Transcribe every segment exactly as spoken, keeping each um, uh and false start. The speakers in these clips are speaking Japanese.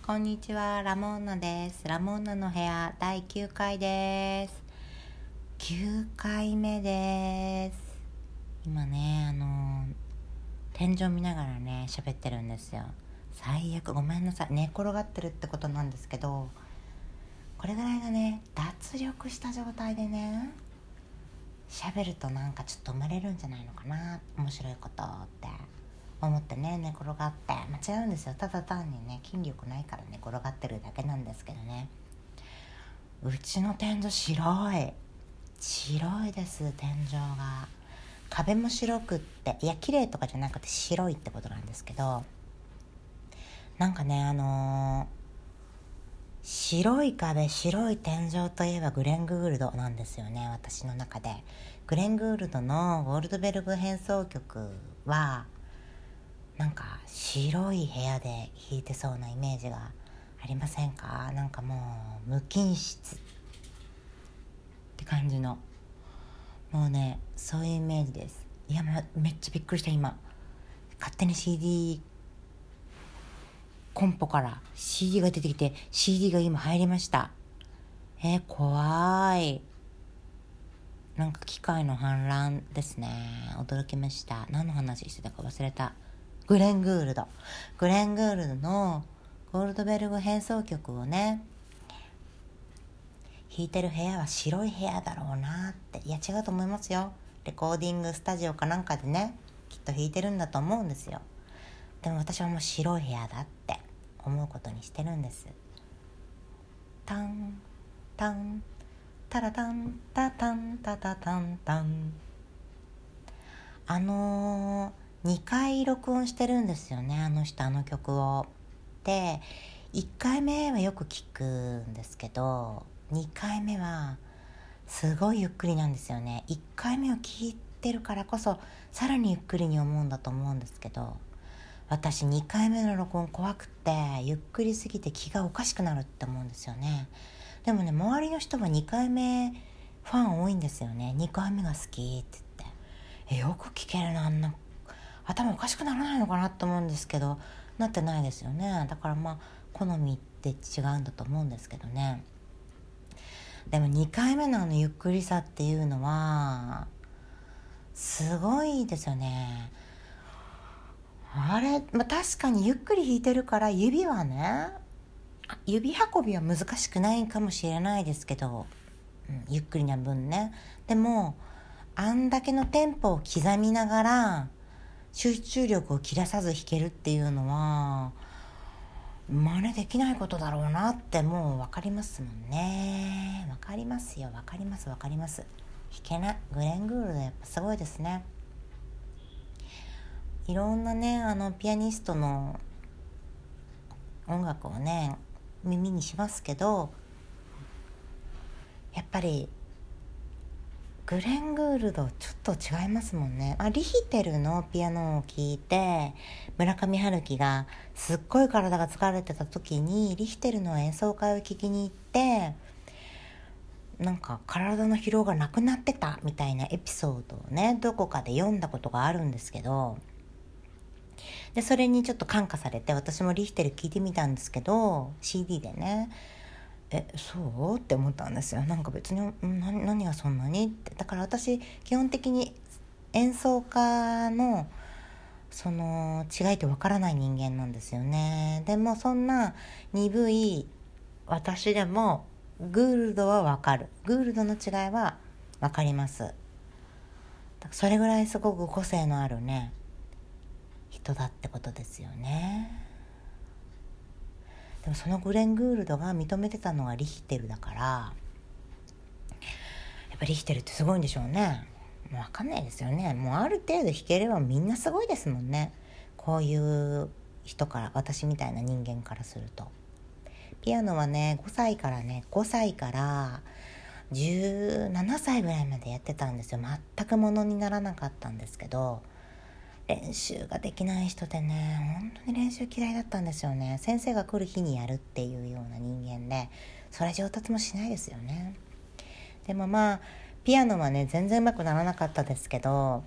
こんにちは、ラモーナです。ラモーナの部屋だいきゅうかいです。きゅうかいめです。今ね、あの天井見ながらね喋ってるんですよ。最悪、ごめんなさい。寝転がってるってことなんですけど、これぐらいがね脱力した状態でね喋るとなんかちょっと生まれるんじゃないのかな、面白いことって思ってね寝転がって、間違うんですよ。ただ単にね筋力ないから寝転がってるだけなんですけどね。うちの天井白い白いです。天井が壁も白くって、いや綺麗とかじゃなくて白いってことなんですけど、なんかねあのー白い壁白い天井といえばグレン・グールドなんですよね、私の中で。グレン・グールドのゴールドベルグ変奏曲はなんか白い部屋で弾いてそうなイメージがありませんか？なんかもう無菌室って感じの、もうねそういうイメージです。いや、ま、めっちゃびっくりした。今勝手に シーディー コンポから シーディー が出てきて シーディー が今入りました。えー、怖い。なんか機械の反乱ですね。驚きました。何の話してたか忘れた。グレン・グールドグレン・グールドのゴールドベルグ変奏曲をね弾いてる部屋は白い部屋だろうなって。いや違うと思いますよ。レコーディングスタジオかなんかでねきっと弾いてるんだと思うんですよ。でも私はもう白い部屋だって思うことにしてるんです。タンタンタラタンタタンタタタンタン。あのー、にかい録音してるんですよね、あの人あの曲を。でいっかいめはよく聞くんですけど、にかいめはすごいゆっくりなんですよね。いっかいめを聞いてるからこそさらにゆっくりに思うんだと思うんですけど、私にかいめの録音怖くてゆっくりすぎて気がおかしくなるって思うんですよね。でもね周りの人はにかいめファン多いんですよね。にかいめが好きって言って、えよく聞けるな、あんな頭おかしくならないのかなと思うんですけど、なってないですよね。だからまあ好みって違うんだと思うんですけどね。でもにかいめのあのゆっくりさっていうのはすごいですよね。あれ、まあ、確かにゆっくり弾いてるから指はね指運びは難しくないかもしれないですけど、うん、ゆっくりな分ね。でもあんだけのテンポを刻みながら集中力を切らさず弾けるっていうのは真似できないことだろうなってもう分かりますもんね。分かりますよ、分かります分かります。弾けない。グレン・グールドやっぱすごいですね。いろんなねあのピアニストの音楽をね耳にしますけど、やっぱりグレン・グールドちょっと違いますもんね。あ、リヒテルのピアノを聴いて村上春樹がすっごい体が疲れてた時にリヒテルの演奏会を聴きに行って、なんか体の疲労がなくなってたみたいなエピソードをねどこかで読んだことがあるんですけど、でそれにちょっと感化されて私もリヒテル聴いてみたんですけど シーディー でね、えそうって思ったんですよ。なんか別に何、何がそんなにって。だから私基本的に演奏家のその違いってわからない人間なんですよね。でもそんな鈍い私でもグールドはわかる。グールドの違いはわかります。だからそれぐらいすごく個性のあるね人だってことですよね。でもそのグレン・グールドが認めてたのがリヒテルだから、やっぱリヒテルってすごいんでしょうね。もう分かんないですよね。もうある程度弾ければみんなすごいですもんね。こういう人から、私みたいな人間からすると。ピアノはねごさいからねごさいからじゅうななさいぐらいまでやってたんですよ。全くものにならなかったんですけど、練習ができない人でね本当に練習嫌いだったんですよね。先生が来る日にやるっていうような人間で、それ上達もしないですよね。でもまあピアノはね全然上手くならなかったですけど、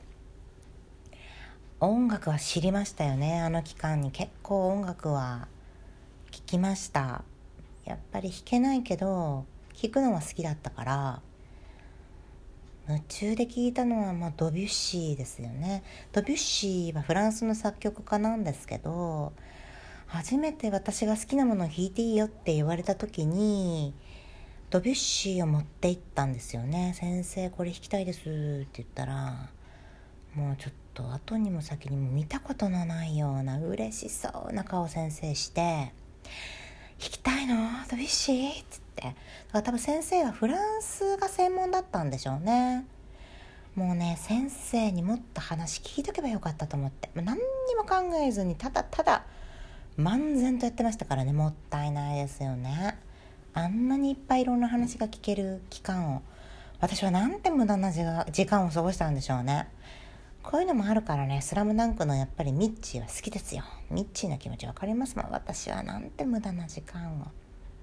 音楽は知りましたよね。あの期間に結構音楽は聴ききました。やっぱり弾けないけど弾くのは好きだったから夢中で聴いたのは、まあ、ドビュッシーですよね。ドビュッシーはフランスの作曲家なんですけど、初めて私が好きなものを弾いていいよって言われた時にドビュッシーを持って行ったんですよね。先生これ弾きたいですって言ったら、もうちょっと後にも先にも見たことのないような嬉しそうな顔先生して、弾きたいのドビュッシーって言って、だから多分先生はフランスが専門だったんでしょうね。もうね、先生にもっと話聞いとけばよかったと思って、何にも考えずにただただ漫然とやってましたからね。もったいないですよね。あんなにいっぱいいろんな話が聞ける期間を、私はなんて無駄な時間を過ごしたんでしょうね。こういうのもあるからね、スラムダンクのやっぱりミッチーは好きですよ。ミッチーの気持ちわかりますもん。私はなんて無駄な時間を。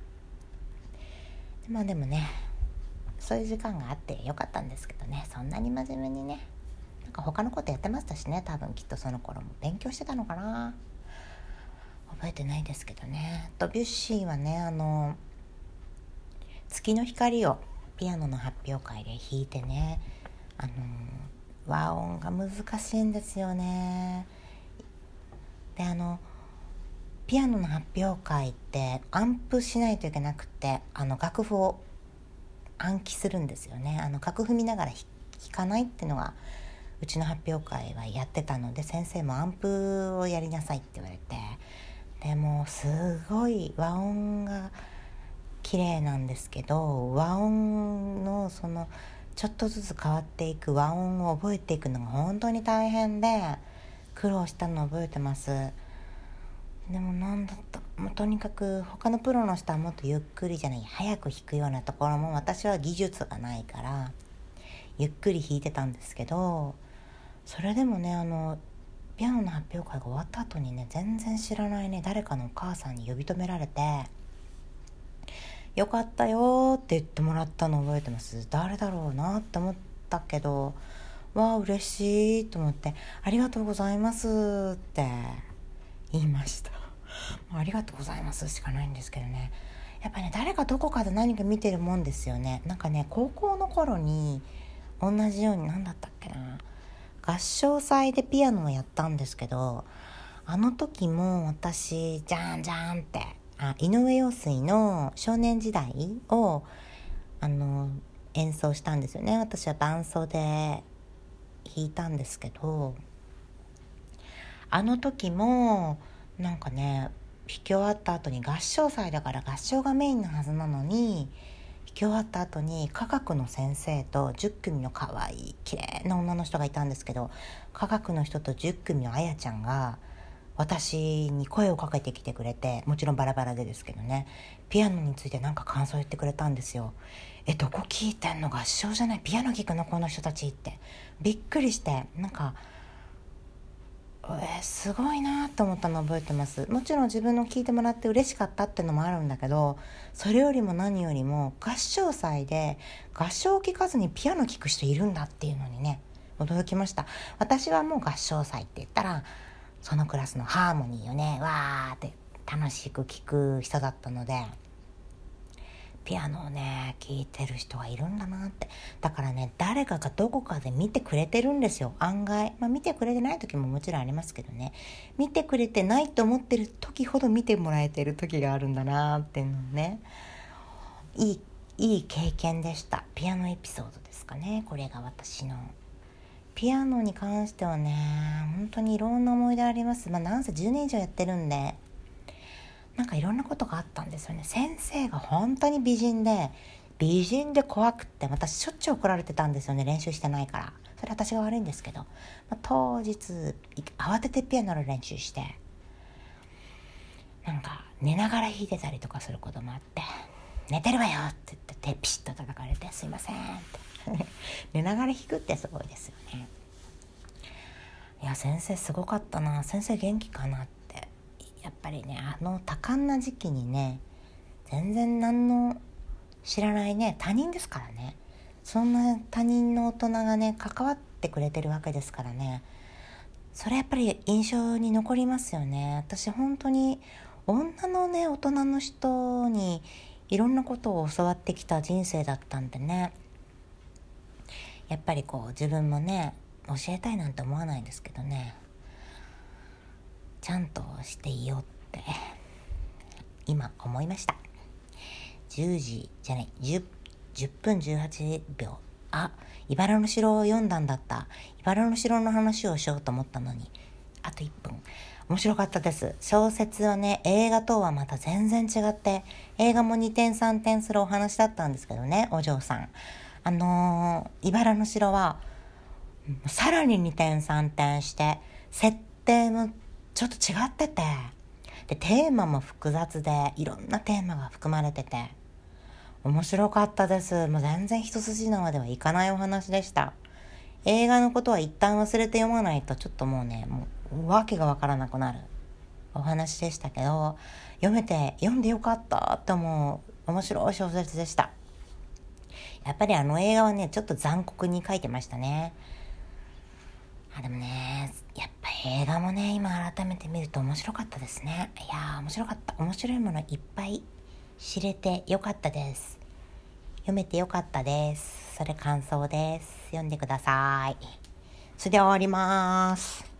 まあでもね、そういう時間があってよかったんですけどね、そんなに真面目にね、なんか他のことやってましたしね、多分きっとその頃も勉強してたのかな、覚えてないですけどね。ドビュッシーはね、あの月の光をピアノの発表会で弾いてね、あの和音が難しいんですよね。で、あのピアノの発表会ってアンプしないといけなくて、あの楽譜を暗記するんですよね。あの楽譜見ながら弾かないっていうのがうちの発表会はやってたので、先生もアンプをやりなさいって言われて、でもすごい和音が綺麗なんですけど、和音のそのちょっとずつ変わっていく和音を覚えていくのが本当に大変で苦労したのを覚えてます。でもなんだったもうとにかく他のプロの人はもっとゆっくりじゃない早く弾くようなところも、私は技術がないからゆっくり弾いてたんですけど、それでもね、あのピアノの発表会が終わった後にね、全然知らないね誰かのお母さんに呼び止められて、よかったよって言ってもらったのを覚えてます。誰だろうなって思ったけど、わあ嬉しいと思って、ありがとうございますって言いました。ありがとうございますしかないんですけどね、やっぱりね、誰かどこかで何か見てるもんですよね。なんかね、高校の頃に同じように、何だったっけな、合唱祭でピアノをやったんですけど、あの時も私ジャンジャンってあ井上陽水の少年時代をあの演奏したんですよね。私は伴奏で弾いたんですけど、あの時もなんかね、弾き終わった後に、合唱祭だから合唱がメインのはずなのに、弾き終わった後に科学の先生とじゅっくみの可愛い綺麗な女の人がいたんですけど、科学の人とじゅっくみのあやちゃんが私に声をかけてきてくれて、もちろんバラバラでですけどね、ピアノについてなんか感想言ってくれたんですよ。え、どこ聞いてんの、合唱じゃないピアノ聞くのこの人たちってびっくりして、なんかえー、すごいなと思ったのを覚えてます。もちろん自分の聞いてもらって嬉しかったってのもあるんだけど、それよりも何よりも合唱祭で合唱を聴かずにピアノ聴く人いるんだっていうのにね、驚きました。私はもう合唱祭って言ったらそのクラスのハーモニーをね、わーって楽しく聴く人だったので、ピアノをね聴いてる人がいるんだなって。だからね、誰かがどこかで見てくれてるんですよ、案外。まあ見てくれてない時ももちろんありますけどね、見てくれてないと思ってる時ほど見てもらえてる時があるんだなっていうのね、いいいい経験でした。ピアノエピソードですかね、これが私の。ピアノに関してはね、本当にいろんな思い出あります。まあなんせじゅうねん以上やってるんで、なんかいろんなことがあったんですよね。先生が本当に美人で美人で怖くって、私しょっちゅう怒られてたんですよね、練習してないから。それ私が悪いんですけど、まあ、当日慌ててピアノの練習して、なんか寝ながら弾いてたりとかすることもあって、寝てるわよって言って手ピシッと叩かれて、すいませんって寝ながら弾くってすごいですよね。いや先生すごかったな、先生元気かなって。やっぱりね、あの多感な時期にね、全然何の知らないね、他人ですからね、そんな他人の大人がね関わってくれてるわけですからね、それやっぱり印象に残りますよね。私本当に女のね大人の人にいろんなことを教わってきた人生だったんでね、やっぱりこう自分もね教えたいなんて思わないんですけどね、ちゃんとしていいよって今思いました。じゅうじじゃない 10, じゅっぷんじゅうはちびょう、あ、茨の城を読んだんだった。茨の城の話をしようと思ったのにあといっぷん。面白かったです。小説はね映画とはまた全然違って、映画もにてんさんてんするお話だったんですけどね、お嬢さんあのー、茨の城はさらににてんさんてんして設定もちょっと違ってて、でテーマも複雑でいろんなテーマが含まれてて面白かったです。もう全然一筋縄ではいかないお話でした。映画のことは一旦忘れて読まないとちょっともうねもうわけがわからなくなるお話でしたけど、読めて読んでよかったって思う面白い小説でした。やっぱりあの映画はねちょっと残酷に書いてましたね。あでもねやっぱ映画もね今改めて見ると面白かったですね。いやー面白かった。面白いものいっぱい知れてよかったです。読めてよかったです。それ感想です。読んでください。それでは終わります。